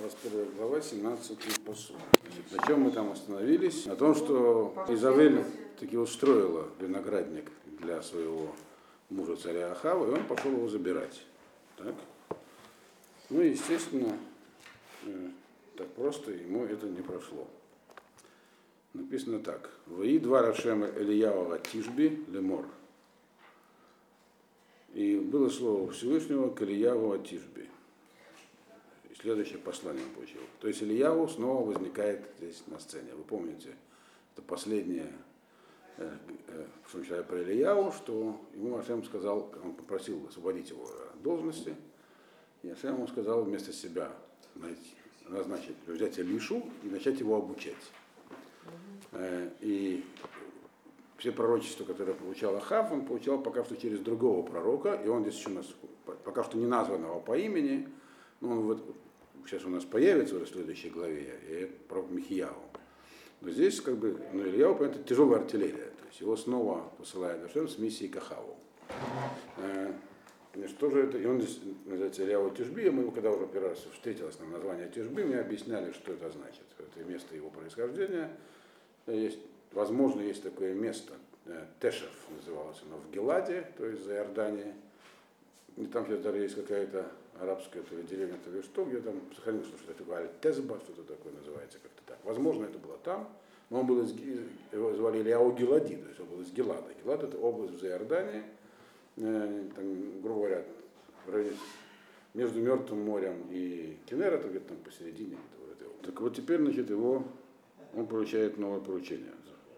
21 глава, 17 посуд. На чем мы там остановились? На том, что Изавель таки устроила виноградник для своего мужа царя Ахава, и он пошел его забирать. Так? Ну и, естественно, так просто ему это не прошло. Написано так. «Ваи два Рашема Элияу Тишби лемор». И было слово Всевышнего к Ильяву Тишби. И следующее послание он получил. То есть Ильяву снова возникает здесь на сцене. Вы помните, это последнее, что мы читали про Ильяву, что ему Ашем сказал, он попросил освободить его от должности, и Ашем ему сказал вместо себя назначить, взять Илишу и начать его обучать. И все пророчества, которые получал Ахав, он получал пока что через другого пророка, и он здесь еще у нас пока что не названного по имени, но он вот сейчас у нас появится в следующей главе, и это пророк Михияу. Но здесь как бы, Ильяу, понятно, тяжелая артиллерия, то есть его снова посылает Ашем с миссией к Ахаву. Что же это? И он здесь называется Ильяу Тишби, мы когда уже первый раз встретилось нам название Тишби, мне объясняли, что это значит. Это место его происхождения. Есть, возможно, есть такое место, Тешев называлось оно, в Геладе, то есть за Иорданией. И там сейчас даже есть какая-то арабская то ли деревня, то ли что, где там сохранилось что-то такое, Аль-Тезба, что-то такое называется как-то так. Возможно, это было там, но он был его звали Ильяу Гелади, то есть он был из Гелада. Гелад — это область в Иордании, там, грубо говоря, между Мертвым морем и Кенером, где-то там посередине. Так вот теперь, значит, он получает новое поручение.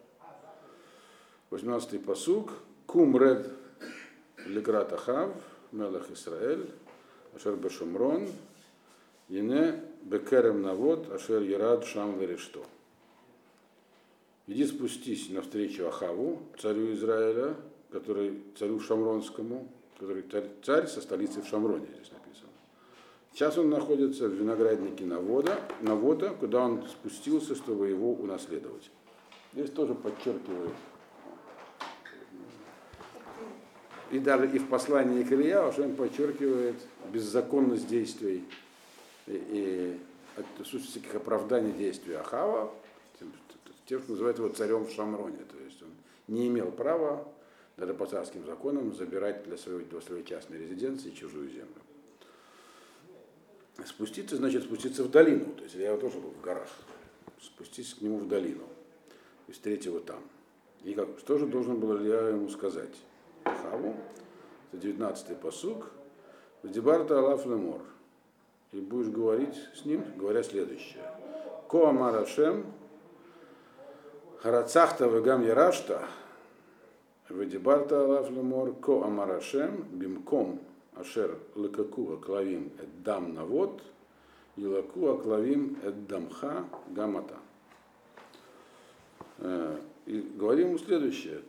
18-й пасук. Кум ред ликрат Ахав, мелах Исраэль, ашер бешумрон, ине бекерем навод, ашер ярад шам верешто. Иди спустись навстречу Ахаву, царю Израиля, царю Шамронскому, который царь со столицей в Шамроне, здесь написано. Сейчас он находится в винограднике Навода, куда он спустился, чтобы его унаследовать. Здесь тоже подчеркивает. И даже и в послании к Ильяу он подчеркивает беззаконность действий и отсутствие всяких оправданий действий Ахава, тем, что называют его царем в Шамроне. То есть он не имел права, даже по царским законам, забирать для своей частной резиденции чужую землю. Спуститься, значит, спуститься в долину. То есть я тоже был в горах. Спуститься к нему в долину. И встретить его там. И что же должен был Илья ему сказать? Ахаву, это 19-й пасук. Дебарта алаф лемор. И будешь говорить с ним, говоря следующее. Ко амар Ашем, харацахта вегам ярашта, ведибарта алаф лемор, ко амар Ашем, бимком Ашер лакаку аклавим эддам навод, илаку аклавим эддамха гамата. И говорим ему следующее.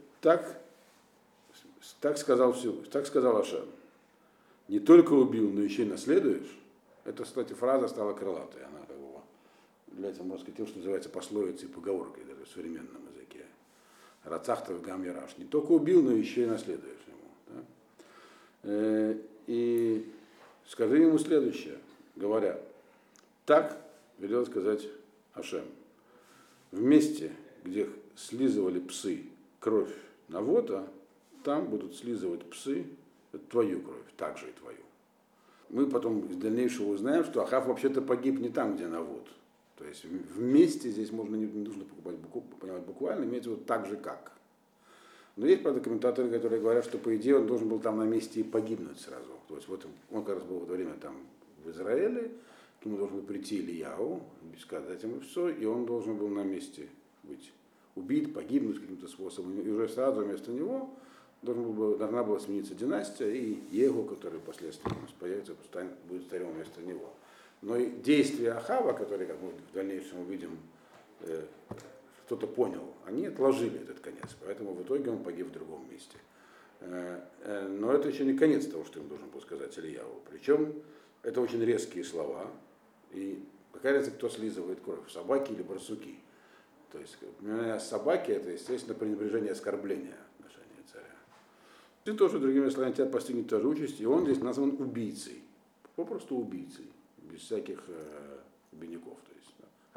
Так сказал Ашер. Не только убил, но еще и наследуешь. Эта, кстати, фраза стала крылатой. Она как бы является, можно сказать, тем, что называется пословицей и поговоркой даже в современном языке. Рацахтов гам яраш. Не только убил, но еще и наследуешь ему. Да? И скажи ему следующее, говоря, так велел сказать Ашем. В месте, где слизывали псы кровь Навода, там будут слизывать псы твою кровь, также и твою. Мы потом из дальнейшего узнаем, что Ахав вообще-то погиб не там, где Навод. То есть вместе здесь можно не нужно понимать буквально, имеется в виду так же как. Но есть, правда, комментаторы, которые говорят, что, по идее, он должен был там на месте и погибнуть сразу. То есть вот он как раз был в это время там в Израиле, к нему должен был прийти Ильяу, сказать ему все, и он должен был на месте быть убит, погибнуть каким-то способом. И уже сразу вместо него должна была смениться династия, и Егу, который впоследствии появится, будет царем вместо него. Но и действия Ахава, которые, как мы в дальнейшем увидим, кто-то понял, они отложили этот конец, поэтому в итоге он погиб в другом месте. Но это еще не конец того, что им должен был сказать Ильяу. Причем это очень резкие слова, и какая разница, кто слизывает кровь, собаки или барсуки. То есть, собаки — это, естественно, пренебрежение, оскорбление в отношении царя. И тоже, другими словами, тебя постигнет та же участь, и он здесь назван убийцей, попросту убийцей, без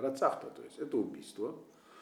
Рацахта, то есть это убийство.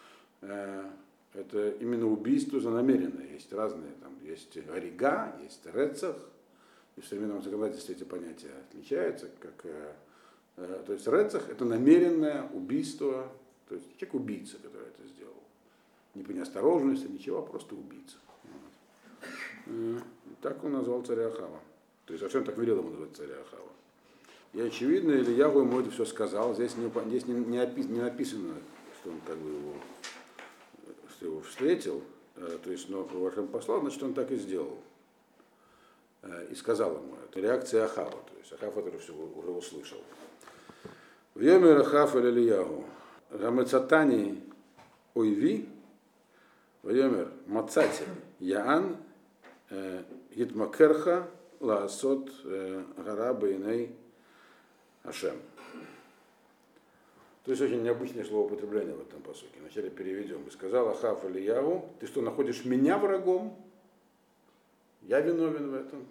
Это именно убийство занамеренное. Есть разные, там есть орига, есть рецах. И в современном законодательстве эти понятия отличаются. То есть рецах это намеренное убийство, то есть человек убийца, который это сделал. Не по неосторожности, ничего, а просто убийца. Вот. Так он назвал царя Ахава. То есть зачем так велел ему назвать царя Ахава? И очевидно, Ильяху ему это все сказал. Здесь не написано, что он как бы его встретил, то есть, но Вашем послал, значит, он так и сделал. И сказал ему, это реакция Ахава, то есть Ахав это все уже услышал. В Йомер Ахав эль Ильяху, Рамецатани ойви, в Йомер Мацати Яан, Гитмакерха, Лаасот, Гараба Иней Ашем. То есть очень необычное словоупотребление в этом посуке. Вначале переведем. И сказал Ахав Ильяху, ты что, находишь меня врагом? Я виновен в этом.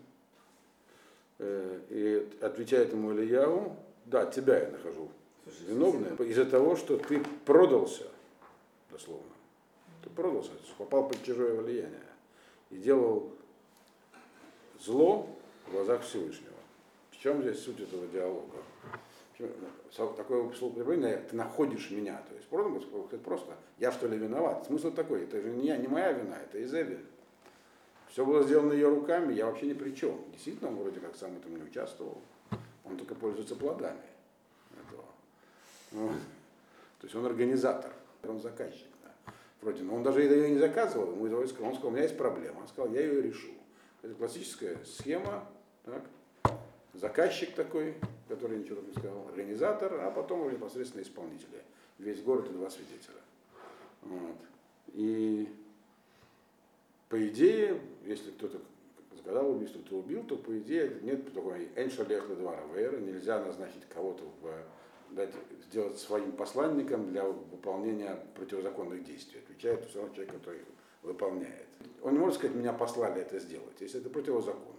И отвечает ему Ильяху, да, тебя я нахожу виновным, из-за того, что ты продался, дословно. Ты продался, попал под чужое влияние и делал зло в глазах Всевышнего. В чем здесь суть этого диалога? Такое словоупотребление, ты находишь меня, то есть просто я что ли виноват. Смысл такой, это же не моя вина, это Изевель. Все было сделано ее руками, я вообще ни при чем. Действительно, он вроде как сам в этом не участвовал, он только пользуется плодами этого. Вот. То есть он организатор, он заказчик. Да. Вроде, но он даже ее не заказывал, он сказал, у меня есть проблема, он сказал, я ее решу. Это классическая схема, так? Заказчик такой, который ничего не сказал, организатор, а потом уже непосредственно исполнители. Весь город и 2 свидетеля. Вот. И по идее, если кто-то заказал убийство, кто убил, то по идее нет такой эншалех ледвара вейра, нельзя назначить кого-то, сделать своим посланником для выполнения противозаконных действий. Отвечает все равно человек, который выполняет. Он не может сказать, меня послали это сделать, если это противозаконно.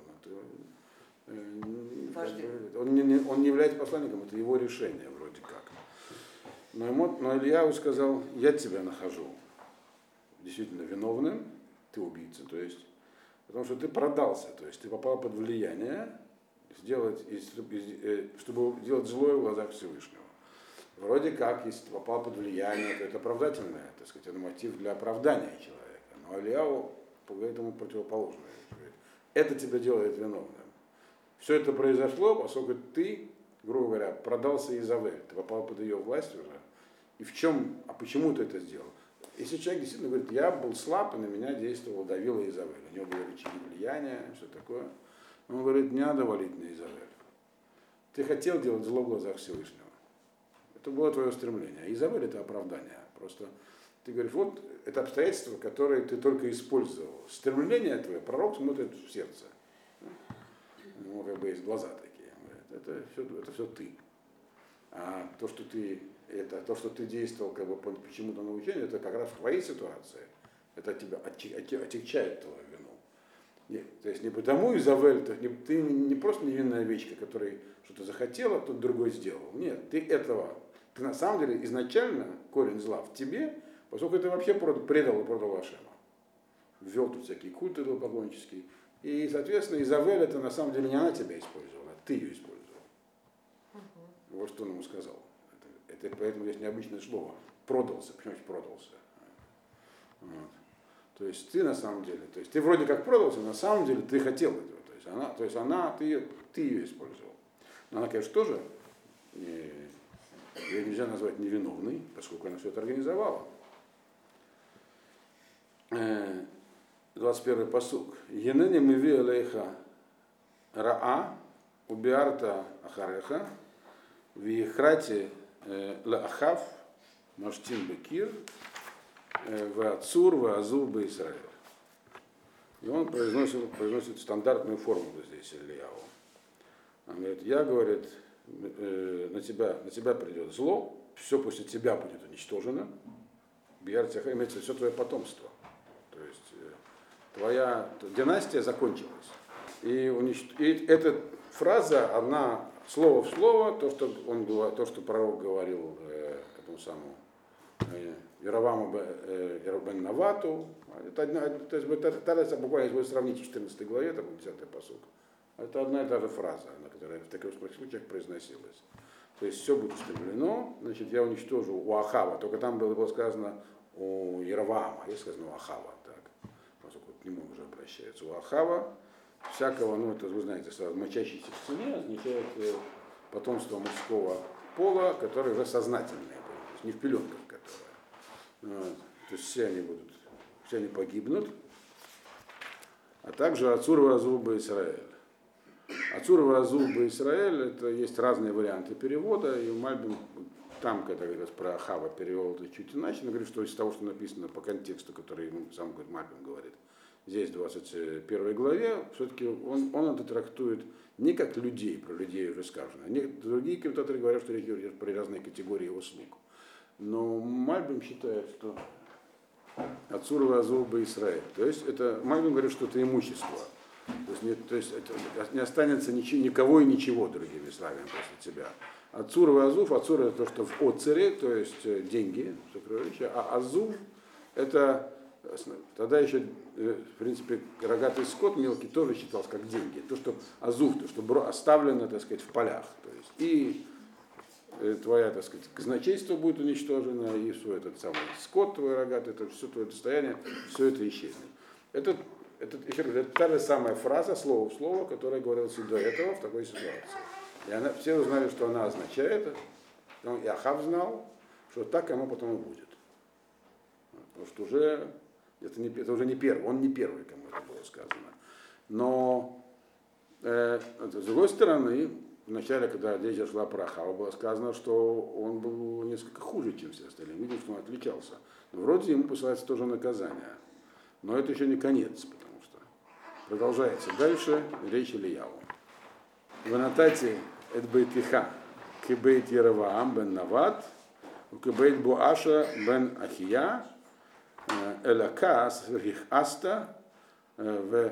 Он не является посланником, это его решение вроде как. Но Ильяху сказал, я тебя нахожу действительно виновным, ты убийца, то есть, потому что ты продался, то есть ты попал под влияние, чтобы делать злое в глазах Всевышнего. Вроде как, если ты попал под влияние, то это оправдательное, так сказать, это мотив для оправдания человека. Но Ильяху говорит ему противоположное. Это тебя делает виновным. Все это произошло, поскольку ты, грубо говоря, продался Изавель, ты попал под ее власть уже. И в чем, почему ты это сделал? Если человек действительно говорит, я был слаб, и на меня действовала, давила Изавель, у него было рычаги влияния, что такое, он говорит, не надо валить на Изавель. Ты хотел делать зло в глазах Всевышнего. Это было твое стремление. А Изавель это оправдание. Просто ты говоришь, вот это обстоятельство, которое ты только использовал. Стремление твое, пророк смотрит в сердце. У него как бы есть глаза такие. Это все ты. А то, что ты действовал как бы по почему-то научению, это как раз в твоей ситуации. Это тебя отягчает твою вину. Нет, то есть не потому Изавель, ты не просто невинная овечка, которая что-то захотела, а кто-то другой сделал. Нет, ты на самом деле изначально корень зла в тебе, поскольку ты вообще предал и продал Ашема. Ввел тут всякие культы идолопоклоннические. И, соответственно, Изавель это на самом деле не она тебя использовала, а ты ее использовал. Вот что он ему сказал. Поэтому здесь необычное слово. Продался. Почему продался? Вот. То есть ты на самом деле, то есть ты вроде как продался, на самом деле ты хотел этого. Ты ее использовал. Но она, конечно, тоже ее нельзя назвать невиновной, поскольку она все это организовала. 21-й пасук. Енени миви алейха раа убиарта ахареха вихрати лаахав маштин бекир ваацур ваазур беисраэль. И он произносит стандартную формулу здесь Ильяху. Он говорит, на тебя придет зло, все после тебя будет уничтожено. Биарти ахареха имеется все твое потомство. То есть твоя династия закончилась. И эта фраза, она слово в слово, то, что пророк говорил этому самому Яроваму бен Навату. То есть это буквально, если вы сравните 14 главе, там 10-й посук, это одна и та же фраза, которая в таких случаях произносилась. То есть все будет устремлено, значит, я уничтожу у Ахава, только там было сказано у Яроваама, есть сказано у Ахава, так, поскольку к нему уже обращаются. У Ахава всякого, ну это вы знаете, мочащийся в стене означает потомство мужского пола, которые уже сознательные были, то есть не в пеленках, которые. Вот. То есть все они погибнут, а также Ацур вазуба Исраэль. Ацур вазуба Исраэль, это есть разные варианты перевода, и Мальбим там, когда говорят про Ахава, перевел это чуть иначе, но говорит, что из того, что написано по контексту, который ему сам Мальбим говорит, здесь в 21 главе, все-таки он это трактует не как людей, про людей уже сказано. Другие комментаторы говорят, что речь идет про разные категории его слуг. Но Мальбим считает, что Ацур вазуба Исраэль. То есть это Мальбим говорит, что это имущество. То есть это не останется никого и ничего, другими словами, после тебя. Ацур вазув, ацур это то, что в оцере, то есть деньги, сокровища, а азув это тогда еще, в принципе, рогатый скот мелкий тоже считался как деньги. То, что азув, то, что оставлено, так сказать, в полях. То есть и твоя, так сказать, казначейство будет уничтожено, и все этот самый скот твой рогатый, это все твое достояние, все это исчезнет. Это та же самая фраза, слово в слово, которая говорилась и до этого в такой ситуации. И все узнали, что она означает, и Ахав знал, что так оно потом и будет. Потому что уже это уже не первый, он не первый, кому это было сказано. Но с другой стороны, вначале, когда речь шла про Ахава, было сказано, что он был несколько хуже, чем все остальные. Видим, что он отличался. Но вроде ему посылается тоже наказание. Но это еще не конец, потому что продолжается дальше речь Ильяу. В аннотации Эдбейтиха Кибейт Яроваам бен Нават, Кибейт Буаша бен Ахия, Элакас Рих Аста в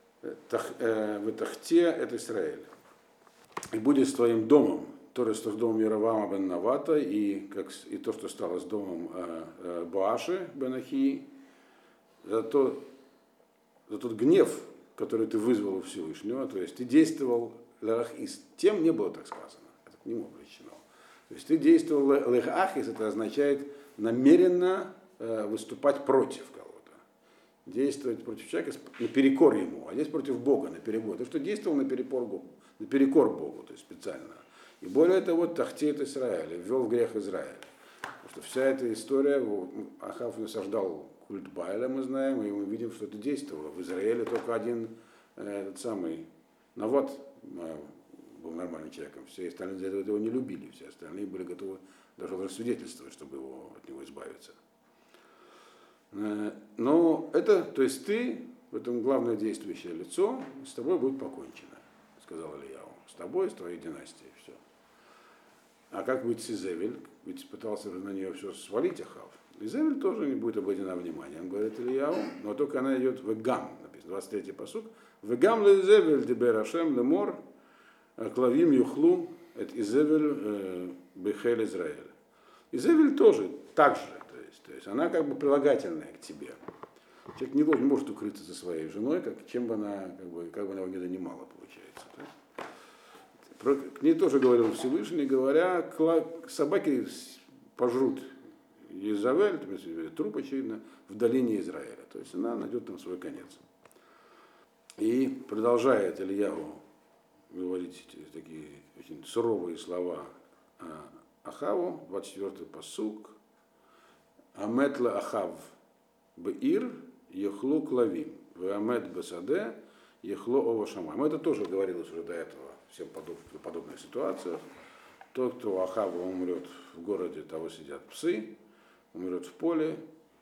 Тахте это Израиль. И будет с твоим домом, то, что с домом Яроваама бен Навата, и то, что стало с домом Буаши бен Ахии, за тот гнев, который ты вызвал у Всевышнего, то есть ты действовал лехахис, тем не было так сказано, это к нему обращено. То есть ты действовал лехахис, это означает намеренно выступать против кого-то, действовать против человека наперекор ему, а здесь против Бога наперекор. То, что действовал наперекор Богу, то есть специально. И более того, тахтеет Израиль, ввел в грех Израиля. Потому что вся эта история, Ахав насаждал культ Бааля, мы знаем, и мы видим, что это действовало. В Израиле только один этот самый Нават был нормальным человеком. Все остальные за этого его не любили, все остальные были готовы даже свидетельствовать, чтобы от него избавиться. Но это, то есть ты, в этом главное действующее лицо, с тобой будет покончено, сказал Ильяу. С тобой, с твоей династией, все. А как быть с Изевель? Ведь пытался на нее все свалить Ахав. Изевель тоже не будет обойдена вниманием, говорит Ильяу, но только она идет в Гам, написано, 23-й пасук. В Гам ле Изевель дебер Ашем лемор клавим юхлу эт Изевель бехель Израиль. Изевель тоже так же, то есть она как бы прилагательная к тебе. Человек не может укрыться за своей женой, чем бы она, как бы она его не донимала, получается. Да? К ней тоже говорил Всевышний, говоря, собаки пожрут Изавель, труп, очевидно, в долине Израиля. То есть она найдет там свой конец. И продолжает Ильяу говорить такие очень суровые слова Ахаву, 24-й пасук. Аметла Ахав беир ехлу клавим, веамет бесаде ехло овашамай. Это тоже говорилось уже до этого, всем подобных ситуациях. Тот, кто у Ахава умрет в городе, того сидят псы, умрет в поле,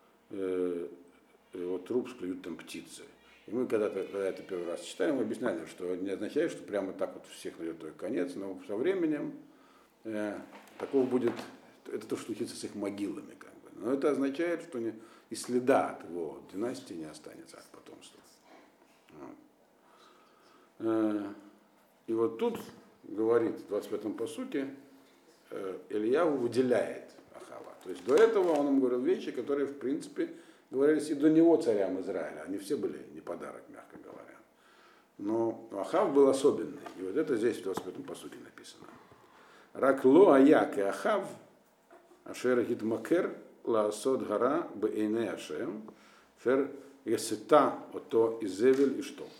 его труп склюют там птицы. И мы когда это первый раз читаем, мы объясняли, что не означает, что прямо так вот всех найдет только конец, но со временем такого будет, это то, что случится с их могилами. Как бы. Но это означает, что и следа от его династии не останется от потомства. Вот. И вот тут говорит в 25-м пасуке, Ильяу выделяет Ахава. То есть до этого он ему говорил вещи, которые, в принципе, говорились и до него царям Израиля. Они все были не подарок, мягко говоря. Но Ахав был особенный. И вот это здесь в 25-м пасуке написано. Ракло аяк и Ахав, ашер гитмакер лаасот гара бейне ашем, фер есета ото изевель и что.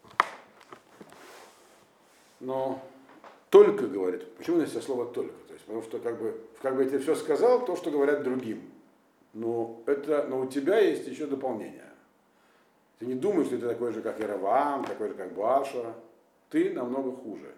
Но только говорит, почему здесь слово только? То есть, потому что как бы я тебе все сказал, то, что говорят другим. Но у тебя есть еще дополнение. Ты не думаешь, что ты такой же, как Яроваам, такой же, как Бааша. Ты намного хуже.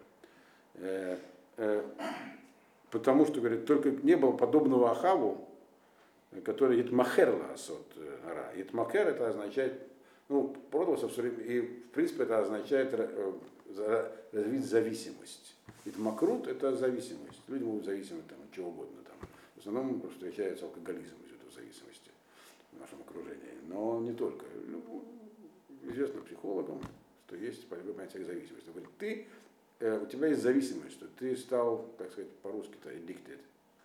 Потому что, говорит, только не было подобного Ахаву, который Итмахер лаасот гара. Итмахер это означает, продался все время, и в принципе это означает развить зависимость. Итмакрут это зависимость. Люди могут зависимы там, от чего угодно. Там. В основном встречается алкоголизм из этой зависимости в нашем окружении. Но не только. Известно психологам, что есть понятие зависимости. Говорит, у тебя есть зависимость, что ты стал, так сказать, по-русски-то addicted.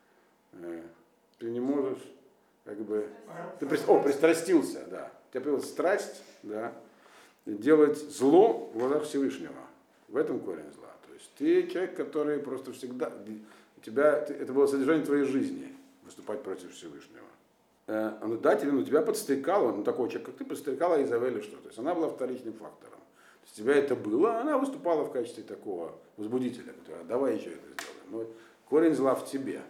Ты не можешь, ты пристрастился, да. У тебя появилась страсть, да, делать зло в глазах Всевышнего. В этом корень зла. То есть ты человек, который просто всегда, это было содержание твоей жизни, выступать против Всевышнего. Тебя подстрекала, такой человек, как ты, подстрекала Изавель что. То есть она была вторичным фактором. То есть у тебя это было, она выступала в качестве такого возбудителя, который, давай еще это сделаем. Но корень зла в тебе.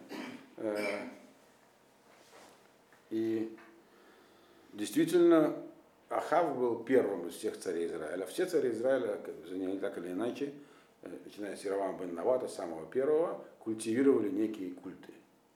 И действительно, Ахав был первым из всех царей Израиля. Все цари Израиля, так или иначе, начиная с Яровама бен Навата, самого первого, культивировали некие культы.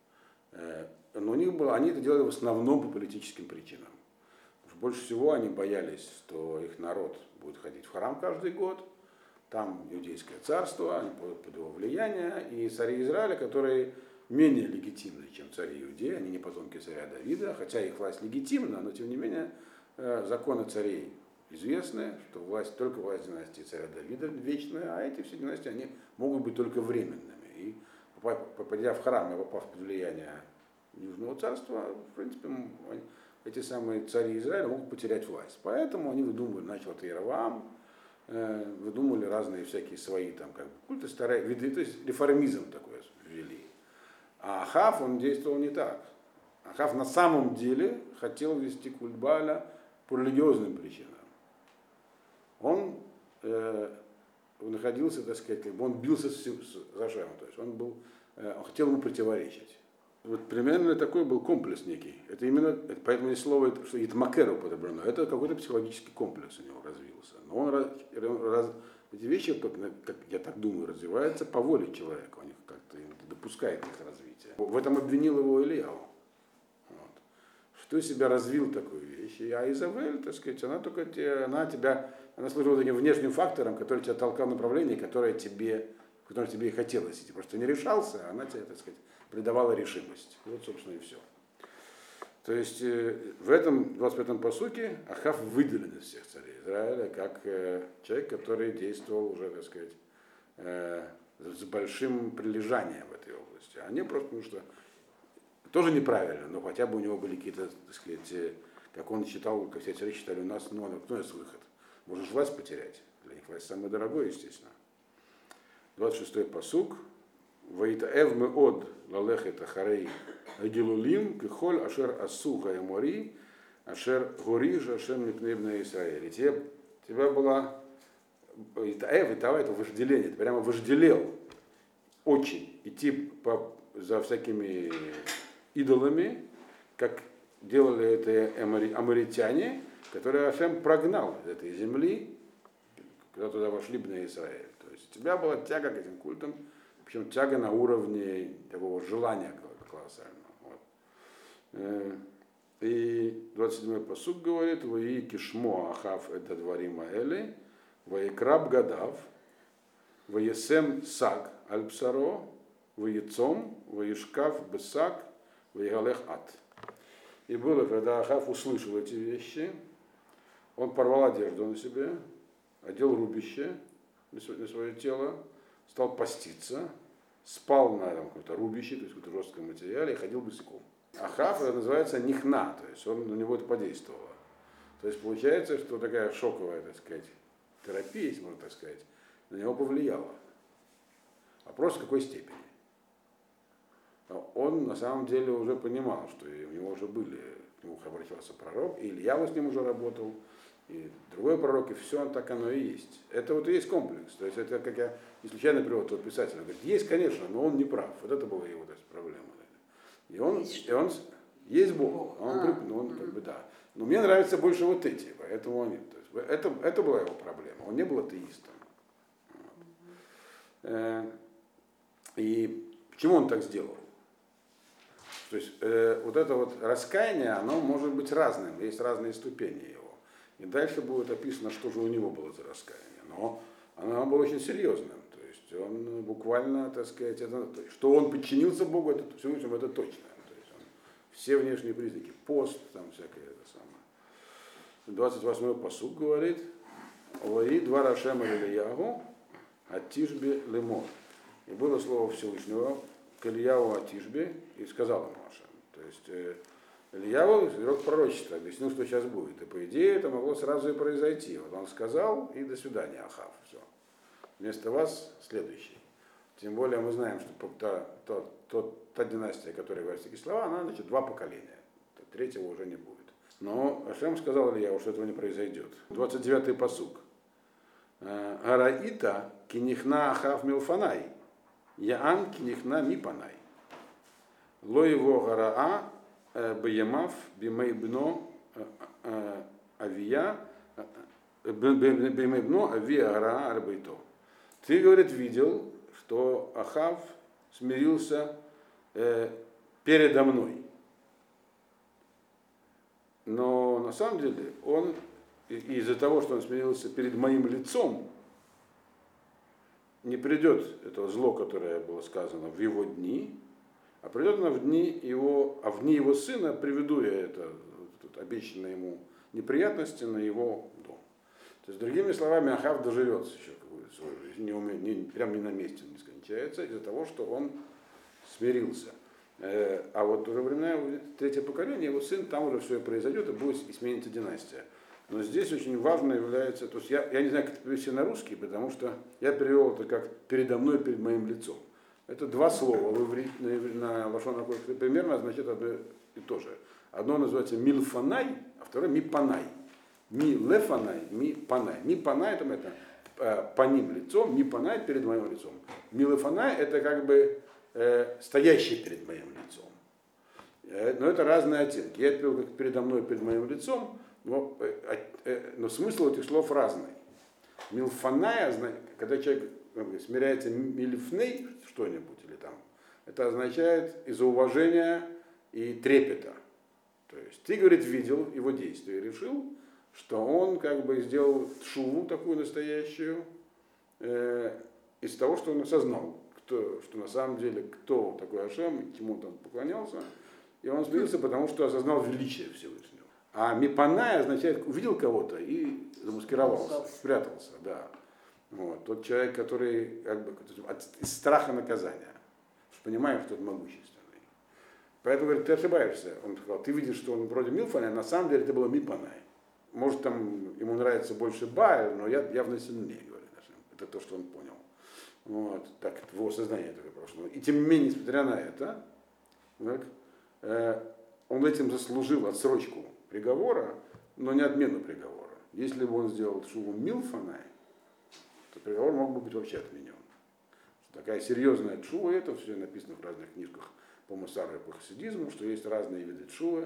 Но они это делали в основном по политическим причинам. Больше всего они боялись, что их народ будет ходить в храм каждый год, там иудейское царство, они под его влияние, и цари Израиля, которые менее легитимны, чем цари Иудеи, они не потомки царя Давида, хотя их власть легитимна, но тем не менее законы царей известны, что только власть династии царя Давида вечная, а эти все династии они могут быть только временными. И попадя в храм и попав под влияние Южного царства, в принципе, эти самые цари Израиля могут потерять власть. Поэтому они выдумывали, начал от Яроваам, выдумывали разные всякие свои там, культы, старые виды, то есть реформизм такой ввели. А Ахав, он действовал не так. Ахав на самом деле хотел вести культ Бааля по религиозным причинам. Он находился, так сказать, он бился с Ашемом, то есть он хотел ему противоречить. Вот примерно такой был комплекс некий. Это именно, поэтому и слово, что Итмакер употреблено, это какой-то психологический комплекс у него развился. Но эти вещи, как я так думаю, развиваются по воле человека, он их как-то допускает их развитие. В этом обвинил его Ильяу. Вот. Что из себя развил такую вещь. А Изавель, так сказать, она служила таким внешним фактором, который тебя толкал в направлении, в котором тебе и хотелось идти. Просто не решался, она тебя, так сказать, придавала решимость. Вот, собственно, и все. То есть в этом 25-м пасуке Ахав выделен из всех царей Израиля как человек, который действовал уже, так сказать, с большим прилежанием в этой области. А не просто, потому что тоже неправильно, но хотя бы у него были какие-то, так сказать, как он считал, как все цари считали, у нас, кто есть выход? Можешь власть потерять. Для них власть самое дорогое, естественно. 26-й пасук. Ваитаэв меод лалехет ахарей агилулим кихоль ашер асуха ямори ашер гориж ашем мипнебна Исраэль. Тебя была Итаэв, это вожделение, ты прямо вожделел очень идти за всякими идолами, как делали это аморитяне, которые Ашем прогнал из этой земли, когда туда вошли бны Израиль. То есть у тебя была тяга к этим культам, причем тяга на уровне такого желания колоссального. Вот. И 27-й пасук говорит: «Ваи кишмо Ахав это дварима эли, ваикраб гадав, ваесем саг альпсаро, ваецом, ваишкав бесаг, ваигалех ад». И было, когда Ахав услышал эти вещи, он порвал одежду на себе, одел рубище на свое тело, стал поститься, спал на какой-то рубище, то есть каком-то жестком материале, и ходил босиком. Ахав это называется нихна, то есть он, на него это подействовало. То есть получается, что такая шоковая, так сказать, терапия, если можно так сказать, на него повлияла. Вопрос в какой степени. Он на самом деле уже понимал, что у него уже были, к нему обращался пророк, и Илья с ним уже работал, и другой пророк, и все так оно и есть. Это вот и есть комплекс. То есть это, как я не случайно привел тот писатель, он говорит, есть, конечно, но он не прав. Вот это была его проблема. И он есть Бог, он как бы да. Но мне нравятся больше вот эти, поэтому он, то есть, это была его проблема. Он не был атеистом. И почему он так сделал? То есть вот это вот раскаяние, оно может быть разным, есть разные ступени его. И дальше будет описано, что же у него было за раскаяние. Но оно было очень серьезным. То есть он буквально, так сказать, что он подчинился Богу, это Всевышнему, это точно. То есть все внешние признаки, пост, там всякое это самое. 28-й пасук говорит, «Лаи два Рашема Ильягу, Атишбе лемор». И было слово Всевышнего к Ильяву Атишбе, и сказал ему Ашем. То есть Ильяву изрек пророчество, объяснил, что сейчас будет. И по идее это могло сразу и произойти. Вот он сказал, и до свидания, Ахав. Все. Вместо вас следующий. Тем более мы знаем, что та династия, которая говорит такие слова, она, значит, 2 поколения. Третьего уже не будет. Но Ашем сказал Ильяву, что этого не произойдет. 29-й пасук. Араита кинихна Ахав милфанай. Яан кинихна мипанай. Ло его гараа Баямав, Бимейбно, Авия, Бимейбно, Авия, Ара, Арбайто. Ты, говорит, видел, что Ахав смирился передо мной. Но на самом деле он, из-за того, что он смирился перед моим лицом, не придет это зло, которое было сказано в его дни, а придет она в дни его сына приведу я это обещанное ему неприятности на его дом. То есть, другими словами, Ахав доживется еще какую-то свою жизнь, прям не на месте не скончается, из-за того, что он смирился. А вот уже времена третье поколение, его сын, там уже все произойдет, и будет сменится династия. Но здесь очень важно является, то есть я не знаю, как это перевести на русский, потому что я перевел это как передо мной, перед моим лицом. Это 2 слова на лашон ха-коль примерно означает одно и то же. Одно называется милфанай, а второе мипанай. Ми лефанай, ми панай. Ми панай это по ним лицом, ми панай перед моим лицом. Ми лефанай это как бы стоящий перед моим лицом. Но это разные оттенки. Я это как передо мной, перед моим лицом, но смысл этих слов разный. Милфанай, когда человек смиряется милифней что-нибудь или там, это означает из-за уважения и трепета. То есть ты, говорит, видел его действия и решил, что он как бы сделал тшуву такую настоящую из того, что он осознал, что на самом деле кто такой Ашем, чему он поклонялся, и он смирился, потому что осознал величие Всевышнего. А мипанай означает увидел кого-то и замаскировался, спрятался, да. Вот. Тот человек, который как бы, из страха наказания, понимаешь, что это могущественный. Поэтому, говорит, ты ошибаешься. Он сказал, ты видишь, что он вроде Милфанай, а на самом деле это было Мипанай. Может, там ему нравится больше Бааль, но я явно сильнее, говорит. Это то, что он понял. Вот. Так, в его сознании это прошло. И тем не менее, несмотря на это, он этим заслужил отсрочку приговора, но не отмену приговора. Если бы он сделал шуву Милфанай, то приговор мог бы быть вообще отменен. Такая серьезная тшува, это все написано в разных книжках по мусару и по хасидизму, что есть разные виды тшувы,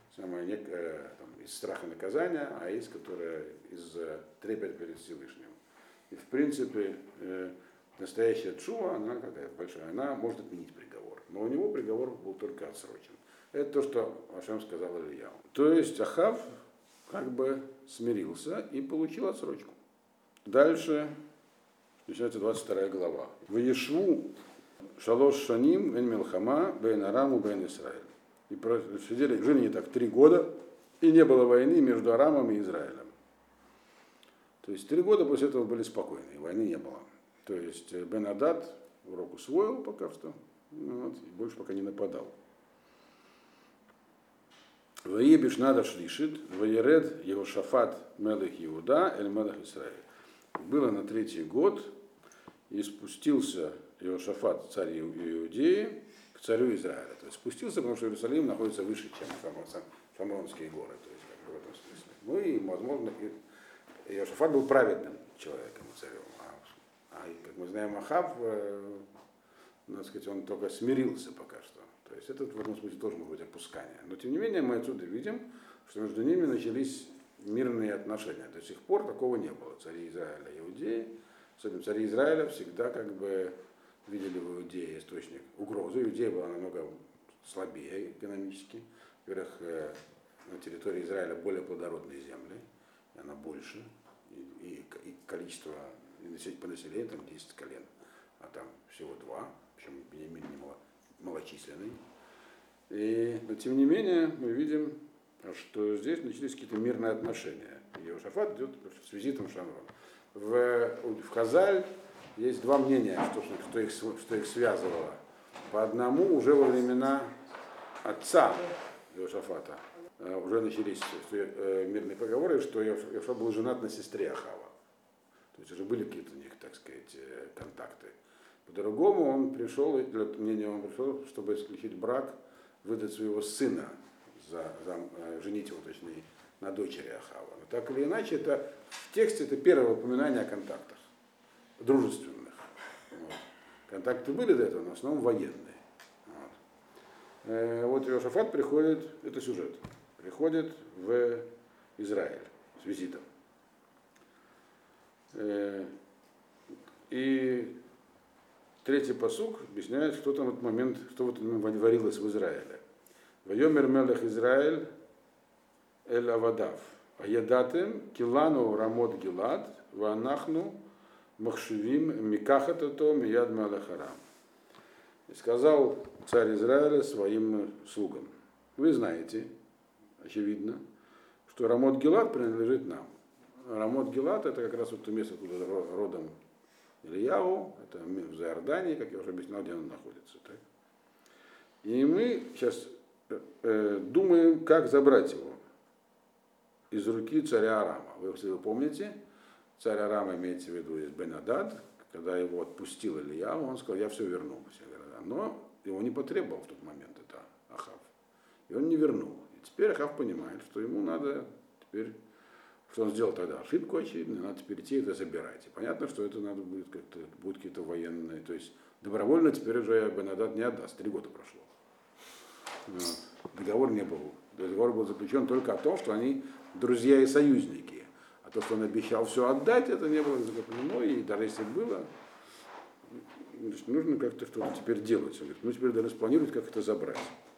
из страха наказания, а есть, которая из трепета перед Всевышним. И в принципе, настоящая тшува, она какая большая, она может отменить приговор. Но у него приговор был только отсрочен. Это то, что Ашем сказал Ильяу. То есть Ахав как бы смирился и получил отсрочку. Дальше начинается 22 глава. Ваешву шалош шаним эн милхама бейн Араму бейн Исраэль. И жили не так 3 года, и не было войны между Арамом и Израилем. То есть 3 года после этого были спокойные, войны не было. То есть Бен-Адад урок усвоил пока что, вот, и больше пока не нападал. Ваибиш надо шлишит, ваеред Йеошафат мелех Иуда, эль мелех Исраэль. Было на 3-й год, и спустился Йеошафат, царь Иудеи, к царю Израиля. То есть спустился, потому что Иерусалим находится выше, чем Шамронские горы, то есть как бы в этом смысле. Ну и, возможно, Йеошафат был праведным человеком, царем. Как мы знаем, Ахав, надо сказать, он только смирился пока что. То есть это в этом смысле тоже может быть опускание. Но тем не менее мы отсюда видим, что между ними начались мирные отношения. До сих пор такого не было. Цари Израиля и Иудеи, особенно цари Израиля, всегда как бы видели в Иудее источник угрозы. Иудея была намного слабее экономически. Во-первых, на территории Израиля более плодородные земли, и она больше, и количество по населению там 10 колен, а там всего 2, причем Беньямин не малочисленный. Но тем не менее мы видим, что здесь начались какие-то мирные отношения. Йеошафат идет с визитом Шамрон. В Хазаль есть два мнения, что их связывало. По одному уже во времена отца Йеошафата уже начались мирные поговоры, что Йеошафат был женат на сестре Ахава. То есть уже были какие-то у них, так сказать, контакты. По-другому он пришел, для мнения он пришел, чтобы исключить брак, выдать своего сына, женить его, точнее, на дочери Ахава. Но так или иначе, это в тексте это первое упоминание о контактах, дружественных. Вот. Контакты были до этого, но в основном военные. Вот Йеошафат приходит, это сюжет, приходит в Израиль с визитом. И 3-й пасук объясняет, что там в этот момент, что в этот момент творилось в Израиле. Вайомер мелех Израиль эль авадав. Аядатем килану рамот гилад ванахну махшивим микахатато мияд мелехарам. И сказал царь Израиля своим слугам: вы знаете, очевидно, что Рамот Гилад принадлежит нам. Рамот Гилад это как раз вот то место, куда родом Ильяу, это в Иордании, как я уже объяснял, где он находится. Так? И мы сейчас думаем, как забрать его из руки царя Арама. Если вы помните, царь Арама имеется в виду из Бен-Адад, когда его отпустил Ильяу, он сказал: я все верну. Но его не потребовал в тот момент это Ахав. И он не вернул. И теперь Ахав понимает, что ему надо теперь, что он сделал тогда ошибку очевидную, надо теперь идти это забирать. И понятно, что это надо будет как-то, будут какие-то военные, то есть добровольно теперь уже Бен-Адад не отдаст, 3 года прошло. Договор не был. Договор был заключен только о том, что они друзья и союзники. А то, что он обещал все отдать, это не было закреплено, и даже если было, нужно как-то что-то теперь делать. Он говорит, ну теперь надо спланировать, как это забрать.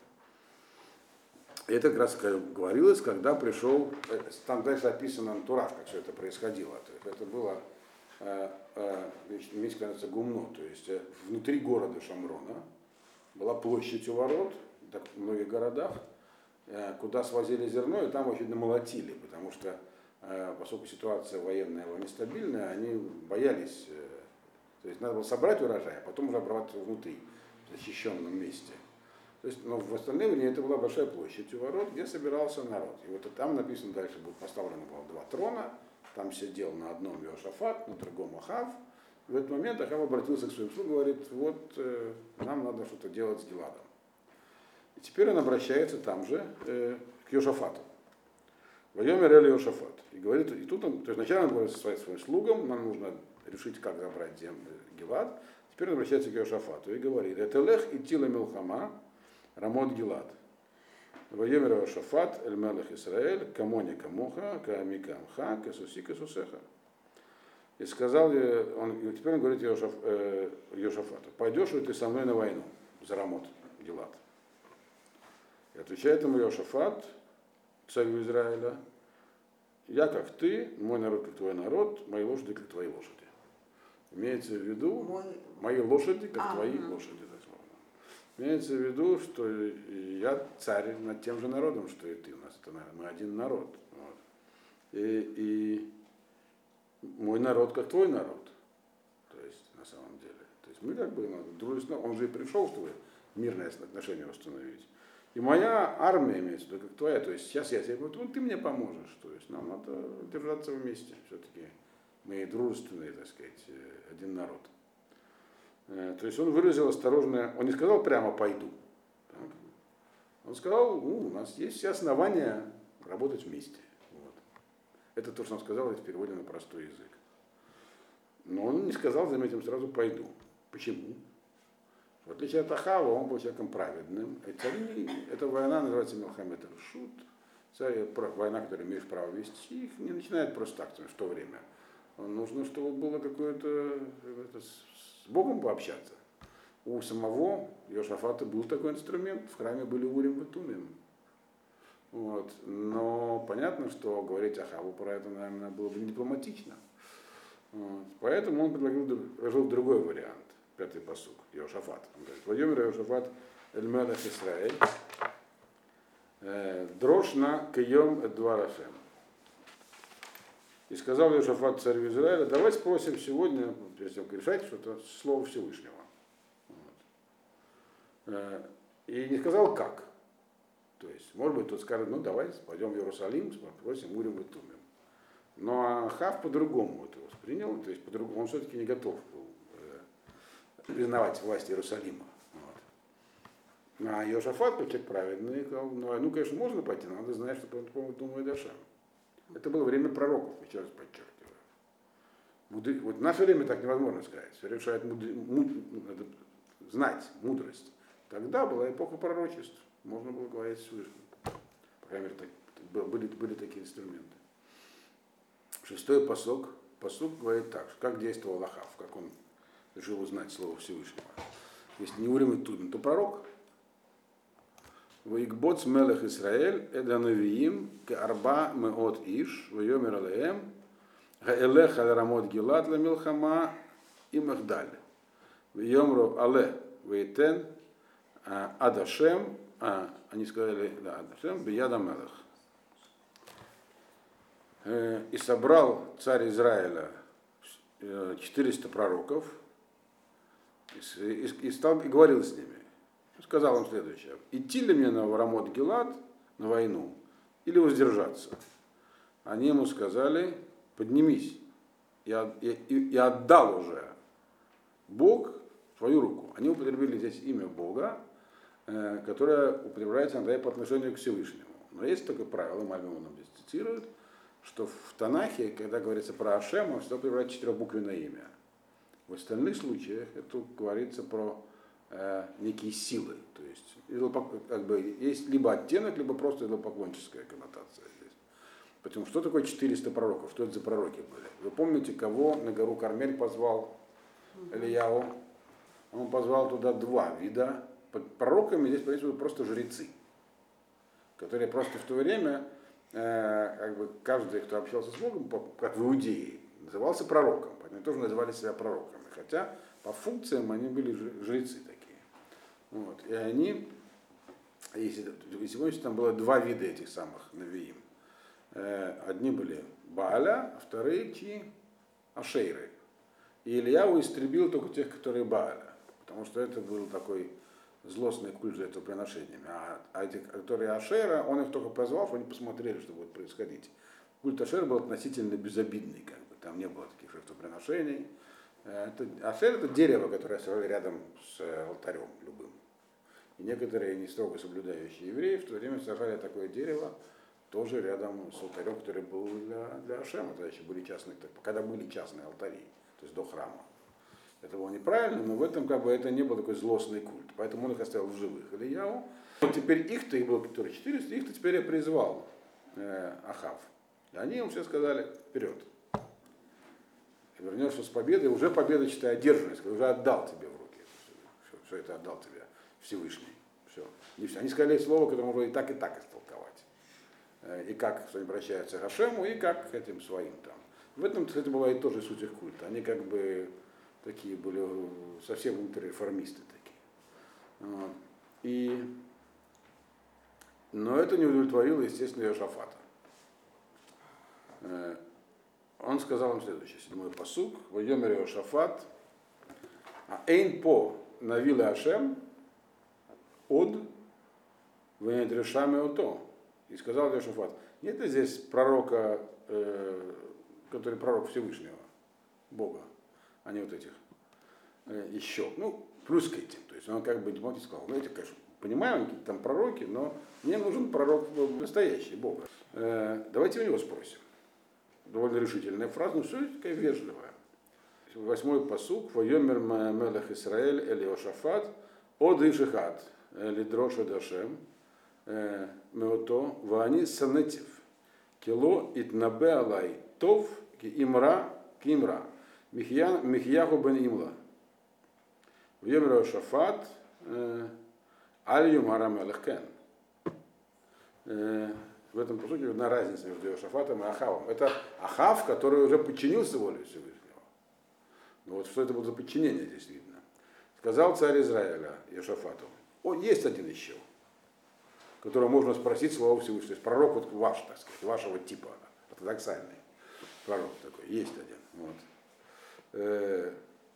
Это как раз говорилось, когда пришел, там дальше описано антураж, как все это происходило. То есть это было место, кажется, гумно, то есть внутри города Шамрона была площадь у ворот, так в многих городах, куда свозили зерно, и там, очевидно, молотили, потому что, поскольку ситуация военная была нестабильная, они боялись. То есть надо было собрать урожай, а потом уже обрабатывать внутри, в защищенном месте. То есть, но в остальное время это была большая площадь у ворот, где собирался народ. И вот там написано дальше, будет поставлено было 2 трона, там сидел на одном Йеошафат, на другом Ахав. И в этот момент Ахав обратился к своим слугам и говорит: вот нам надо что-то делать с Гиладом. И теперь он обращается там же к Йеошафату. Вайомер эль Йеошафат. И говорит, и тут он, то есть вначале он говорит своим слугам, нам нужно решить, как забрать Гилад. Теперь он обращается к Йеошафату и говорит: это лех и тила милхама Рамот Гилад. Вайомер Йеошафат эль мелех Исраэль камони камоха каами камха касуси касусеха. И сказал он, и теперь он говорит Йеошафату: пойдешь ли ты со мной на войну за Рамот Гилад? И отвечает ему Йеошафат, царю Израиля: я как ты, мой народ как твой народ, мои лошади как твои лошади. Имеется в виду, мои лошади как твои лошади. Имеется в виду, что я царь над тем же народом, что и ты. У нас это, мы один народ. Вот. И мой народ как твой народ. то есть на самом деле. То есть мы как бы, дружественно, он же и пришел, чтобы мирное отношение установить. И моя армия имеется в виду, как твоя, то есть сейчас я тебе говорю, вот ты мне поможешь, то есть нам надо держаться вместе, все-таки мы дружественные, так сказать, один народ. То есть он выразил осторожное, он не сказал прямо пойду, он сказал, у нас есть все основания работать вместе. Вот. Это то, что он сказал, в переводе на простой язык. Но он не сказал, заметим, сразу пойду. Почему? В отличие от Ахава, он был человеком праведным. И цари, эта война называется Милхамет Решут. Война, которую имеешь право вести, их не начинает просто так, в то время. Нужно, чтобы было какое-то с Богом пообщаться. У самого Йошафата был такой инструмент, в храме были Урим и Тумим. Вот. Но понятно, что говорить Ахаву про это, наверное, было бы не дипломатично. Вот. Поэтому он предложил другой вариант, 5-й пасук, Йошафат. Он говорит, Вайомер Йошафат эль-Мелех Исраэль, дрожь на кием эдвар Ашем. И сказал Йошафат царю Израиля, давай спросим сегодня, прежде чем решать, что-то слово Всевышнего. Вот. И не сказал как. То есть, может быть, тот скажет, ну давай пойдем в Иерусалим, спросим Урим и Тумим. Но Ахав по-другому это воспринял, то есть по-другому, он все-таки не готов был признавать власть Иерусалима. Вот. А Йошафат, человек праведный, сказал, ну, конечно, можно пойти, но надо знать, что по думает Ашем. Это было время пророков, еще раз подчеркиваю. Вот в наше время так невозможно сказать. Все решает знать, мудрость. Тогда была эпоха пророчеств. Можно было говорить с Всевышним. По крайней мере, были такие инструменты. 6-й пасук. Пасук говорит так, как действовал Ахав, как он решил узнать слово Всевышнего. Если не Урим и Тумим, то пророк. Ваикбоц мелех Исраэль, эданавиим, кеарба меот иш, вайомер алеем, гаэлех аль рамот гилад ла милхама и мехдаль. Вайомру але вейтен адашем, они сказали, да, адашем, бияда мелех. И собрал царь Израиля 400 пророков и говорил с ними. Сказал им следующее. Идти ли мне на Рамот Гилад, на войну, или воздержаться? Они ему сказали, поднимись. Я отдал уже Бог в твою руку. Они употребили здесь имя Бога, которое употребляется иногда по отношению к Всевышнему. Но есть такое правило, Мальбим нам здесь цитирует, что в Танахе, когда говорится про Ашема, всегда употребляется четырехбуквенное имя. В остальных случаях это говорится про некие силы. То есть как бы, есть либо оттенок, либо просто идолопоклонческая коннотация здесь. Поэтому что такое 400 пророков? Что это за пророки были? Вы помните, кого на гору Кармель позвал Ильяу? Он позвал туда два вида. Под пророками здесь происходят просто жрецы, которые просто в то время, как бы каждый, кто общался с Богом, как в Иудее, назывался пророком. Они тоже называли себя пророками. Хотя по функциям они были жрецы такие. Вот. И они, если там было два вида этих самых навиим. Одни были Бааля, а вторые чьи? Ашейры. И Ильяу истребил только тех, которые Бааля. Потому что это был такой злостный культ жертвоприношениями. А эти, которые Ашера, он их только позвал, чтобы они посмотрели, что будет происходить. Культ Ашера был относительно безобидный, как бы. Там не было таких жертвоприношений. Ашер это дерево, которое стояло рядом с алтарем любым. И некоторые не строго соблюдающие евреи в то время сажали такое дерево тоже рядом с алтарем, который был для Ашема. Тогда еще были частные, когда были частные алтари, то есть до храма. Это было неправильно, но в этом как бы это не был такой злостный культ. Поэтому он их оставил в живых. Ильяу. Вот теперь их-то, их было 400, их-то теперь я призвал Ахав. И они ему все сказали, вперед. Вернешься с победой, уже победа, считай, одержанность, уже отдал тебе в руки. Все это отдал тебе Всевышний. Все. Не все. Они сказали слово, которое можно и так истолковать. И как они обращаются к Хашему, и как к этим своим там. В этом, кстати, была и тоже суть их культа. Они как бы такие были совсем ультрареформисты такие. Но это не удовлетворило, естественно, Йошафата. Он сказал им следующее, 7-й пасук, «Вайомер Йошафат, А эйн по навиле Ашем от венедрешами ото. И сказал Иошафат, нет ли здесь пророка, который пророк Всевышнего, Бога, а не вот этих еще. Ну, плюс к этим. То есть он как бы Тимофей сказал, ну эти, конечно, понимаю, они там пророки, но мне нужен пророк настоящий, Бога. Давайте у него спросим. Довольно решительная фраза, но все такая вежливая. 8-й пасук. Вайомер мелех Исраэль эль Иошафат од Ишихат лидроша дашем меото вани санетив кило итнабе алай тов ки имра михьяху бен имла. Вайомер Иошафат аль юмара мелех кен. В этом пасуке видна разница между Иошафатом и Ахавом. Это Ахав, который уже подчинился воле Всевышнего. Ну вот что это было за подчинение здесь видно. Сказал царь Израиля Иошафату, есть один еще, которого можно спросить слова Всевышнего. То есть пророк вот ваш, так сказать, вашего типа, ортодоксальный пророк такой, есть один. Вот.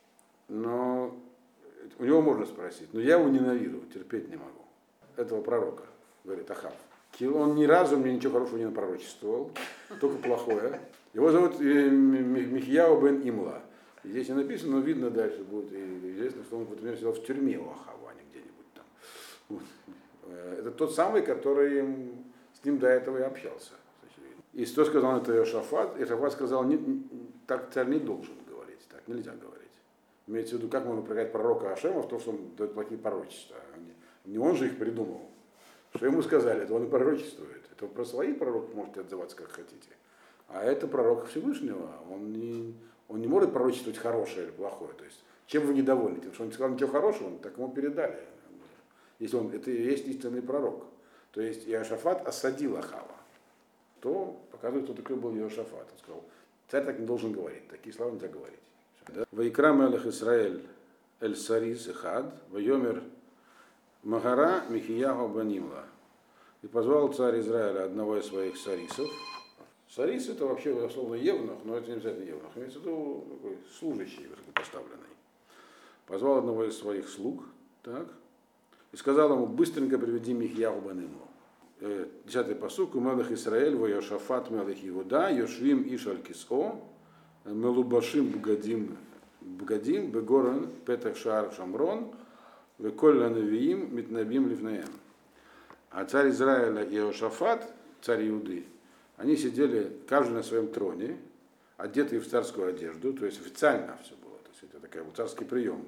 Но у него можно спросить, но я его ненавижу, терпеть не могу. Этого пророка, говорит Ахав. Он ни разу мне ничего хорошего не напророчествовал, только плохое. Его зовут Михьяу бен Имла. Здесь не написано, но видно дальше будет. И известно, что он, например, сидел в тюрьме у Ахава, а не где-нибудь там. Вот. Это тот самый, который с ним до этого и общался. И что сказал это Иошафат? Иошафат сказал, так царь не должен говорить, так нельзя говорить. Имеется в виду, как можно упрекать пророка Ашема в том, что он дает плохие пророчества. Не он же их придумал. Что ему сказали, это он и пророчествует. Это про свои пророки можете отзываться как хотите. А это пророк Всевышнего. Он не может пророчествовать хорошее или плохое. То есть, чем вы недовольны? Тем, что он не сказал ничего хорошего, так ему передали. Если он, это и есть истинный пророк. То есть Иошафат осадил Ахава. То показывает, кто такой был Иошафат. Он сказал, царь так не должен говорить. Такие слова нельзя говорить. Ваикра мелех Исраэль эль Сарис эхад, вайомер Магара Михияху бен Имла. И позвал царь Израиля одного из своих сарисов. Сарис это вообще дословно евнух, но это не обязательно евнух. Имеется в виду такой служащий высокопоставленный. Позвал одного из своих слуг, так, и сказал ему, быстренько приведи Михияху бен Имлу. 10-й пасук. Мелех Исраэль вояшафат мелех Иуда, Йошвим ишаль кисо, мелубашим бгадим бегорен петах шаар шамрон, веколь ланавиим митнабим ливнаем. А царь Израиля и Иошафат, царь Иуды, они сидели каждый на своем троне, одетые в царскую одежду, то есть официально все было. То есть это такой царский прием.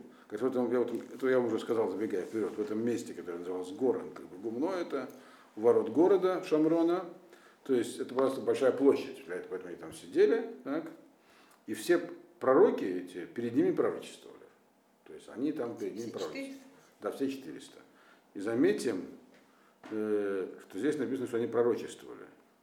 Это я уже сказал, забегая вперед, в этом месте, которое называлось Горон, как бы гумно, это у ворот города Шамрона, то есть это просто большая площадь, поэтому они там сидели, так, и все пророки эти перед ними пророчествовали. То есть они там перед ними пророчествовали. Да, все 400. И заметим, что здесь написано, что они пророчествовали.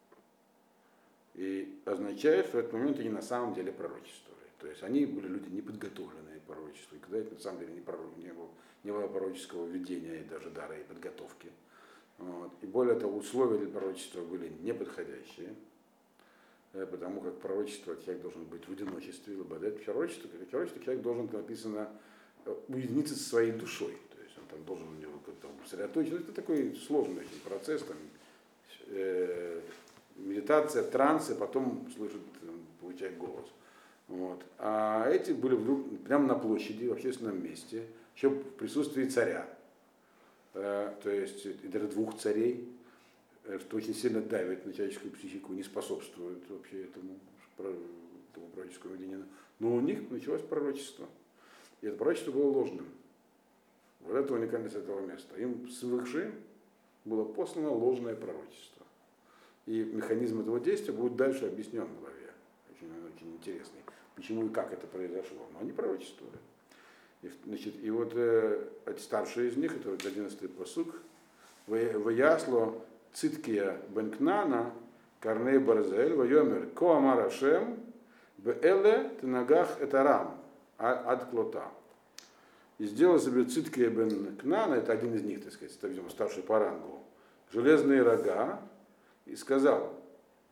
И означает, что в этот момент они на самом деле пророчествовали. То есть они были люди неподготовленные к пророчеству. И когда это на самом деле не было пророческого видения и даже дара и подготовки. Вот. И более того, условия для пророчества были неподходящие. Потому как пророчество человек должен быть в одиночестве. Пророчество человек должен, как написано, уединиться со своей душой. То есть он там должен у него как-то сосредоточиться. Это такой сложный очень процесс. Там, медитация, транс, и потом слышит, получает голос. Вот. А эти были прямо на площади, в общественном месте, еще в присутствии царя. То есть и даже двух царей, что очень сильно давит на человеческую психику, не способствует вообще этому пророческому видению. Но у них началось пророчество. И это пророчество было ложным. Вот это уникальность этого места. Им свыше было послано ложное пророчество. И механизм этого действия будет дальше объяснен в главе. Очень интересный. Почему и как это произошло. Но они пророчествовали. И вот старший из них, это 11-й пасук, «Ваясло циткия бен Кнана, карней барзель, вайомер, коамар Ашем, беэле тенагах этарам, ад клота». И сделал себе циткия бен Кнана, это один из них, так сказать, это, видимо, старший по рангу, железные рога, и сказал,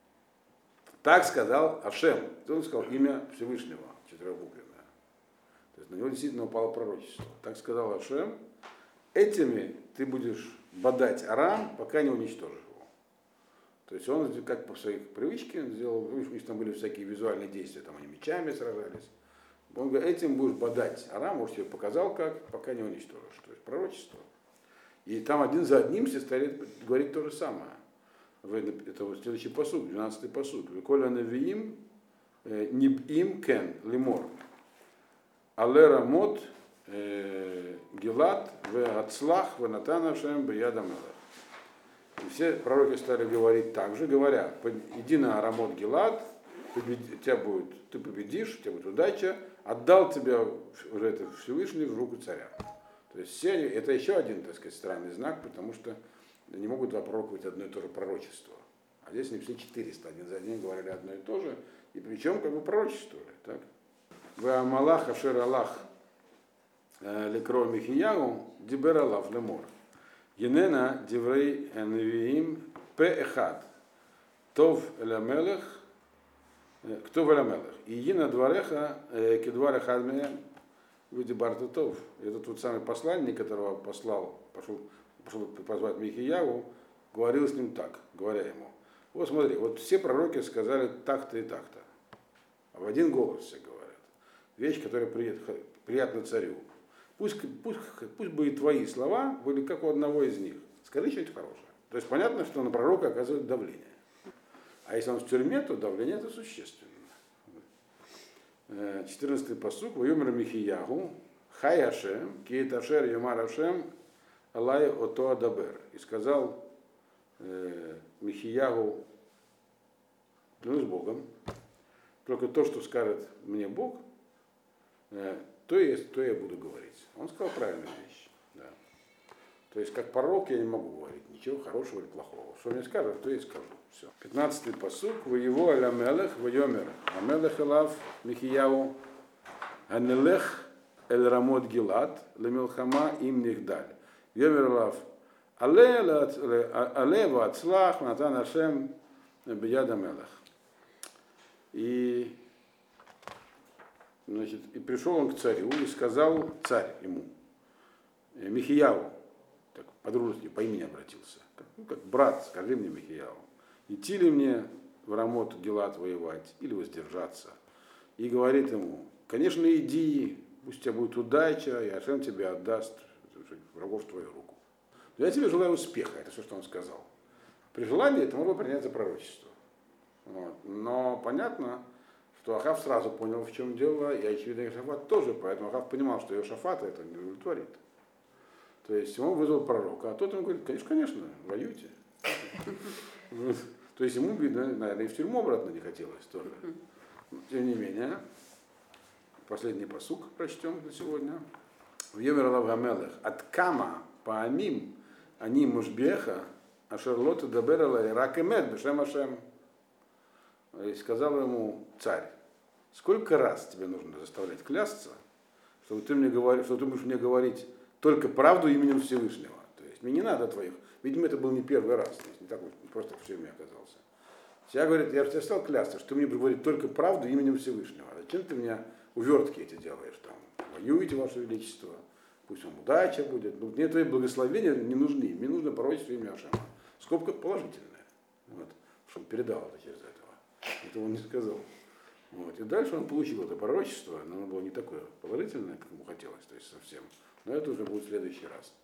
так сказал Ашем. Он сказал имя Всевышнего, четырехбуквенное. То есть на него действительно упало пророчество. Так сказал Ашем, этими ты будешь бодать Арам, пока не уничтожишь его. То есть он, как по своей привычке, сделал, у них там были всякие визуальные действия, там они мечами сражались. Он говорит, этим будешь бодать Арам, может, я показал как, пока не уничтожишь. То есть пророчество. И там один за одним все стали говорить то же самое. Это вот следующий пасук, 12-й пасук. Виколя навиим нибим кен лимор. Алера мод гилат в ацлах в натана шем бияда мелах. И все пророки стали говорить так же, говоря, иди на Арамот Гилад, ты победишь, у тебя будет удача, отдал тебя уже это Всевышний в руку царя. То есть все, это еще один, так сказать, странный знак, потому что не могут два пророка быть одно и то же пророчество. А здесь они все 400, один за одним говорили одно и то же, и причем как бы пророчествовали. Так? В Амалах Ашер Аллах Лекро Михияу Дибер Аллах Лемор. Енена Диврей Невиим П-Эхад. Тов Эламелех, кто в Эламелех. И Ина Двареха Кедвар Эхад Видибарта Тов. Это тот самый посланник, которого пошел позвать Михияву, говорил с ним так, говоря ему. Вот смотри, вот все пророки сказали так-то и так-то. А в один голос все говорят. Вещь, которая приятна царю. Пусть бы и твои слова были как у одного из них. Скажи что-нибудь хорошее. То есть понятно, что на пророка оказывает давление. А если он в тюрьме, то давление это существенно. 14-й пасук. Ваюмер Михиягу, хай Ашем, киет Ашер Юмар Ашем, Алай ото адабер. И сказал Михиягу, клянусь Богом, только то, что скажет мне Бог, то я буду говорить. Он сказал правильную вещь. Да. То есть, как пророк я не могу говорить ничего хорошего или плохого. Что мне скажут, то я и скажу. Все. 15-й пасук. В его алямелех, в йомер. Амелех элав Михияу. Анелех эль рамот гилат. Лемилхама им нигдаль. Йомер элав. Але вацлах натан Ашем бияда мелех. И значит, и пришел он к царю и сказал царь ему, Михияу, так по-дружески по имени обратился, как брат, скажи мне, Михияу, идти ли мне в Рамот Гилат воевать или воздержаться? И говорит ему, конечно, иди, пусть у тебя будет удача, и Ашем тебе отдаст врагов в твою руку. Но я тебе желаю успеха, это все, что он сказал. При желании это могло принять за пророчество. Вот. Но понятно, что Ахав сразу понял, в чем дело, и, очевидно, Иошафат тоже, поэтому Ахав понимал, что Иошафата это не удовлетворит. То есть он вызвал пророка, а тот ему говорит, конечно, воюйте. То есть ему, наверное, и в тюрьму обратно не хотелось тоже. Тем не менее, последний пасук прочтем на сегодня. В Йомер Алав Гамелех, от Кама по Амим, они мужбеха, а Шарлота Даберала и Ракемет, Бешем Ашем. И сказал ему царь, сколько раз тебе нужно заставлять клясться, чтобы ты будешь мне говорить только правду именем Всевышнего. То есть мне не надо твоих. Видимо, это был не первый раз, то есть не так вот просто в тюрьме оказался. Я говорит, я же тебе стал клясться, что ты мне будешь говорить только правду именем Всевышнего. Зачем ты мне увертки эти делаешь там? Воюете, Ваше Величество, пусть вам удача будет. Но мне твои благословения не нужны. Мне нужно пророчество имя Ашема. Скобка положительная. Вот, чтобы передал это через этого. Это он не сказал. Вот. И дальше он получил это пророчество, но оно было не такое положительное, как ему хотелось, то есть совсем. Но это уже будет в следующий раз.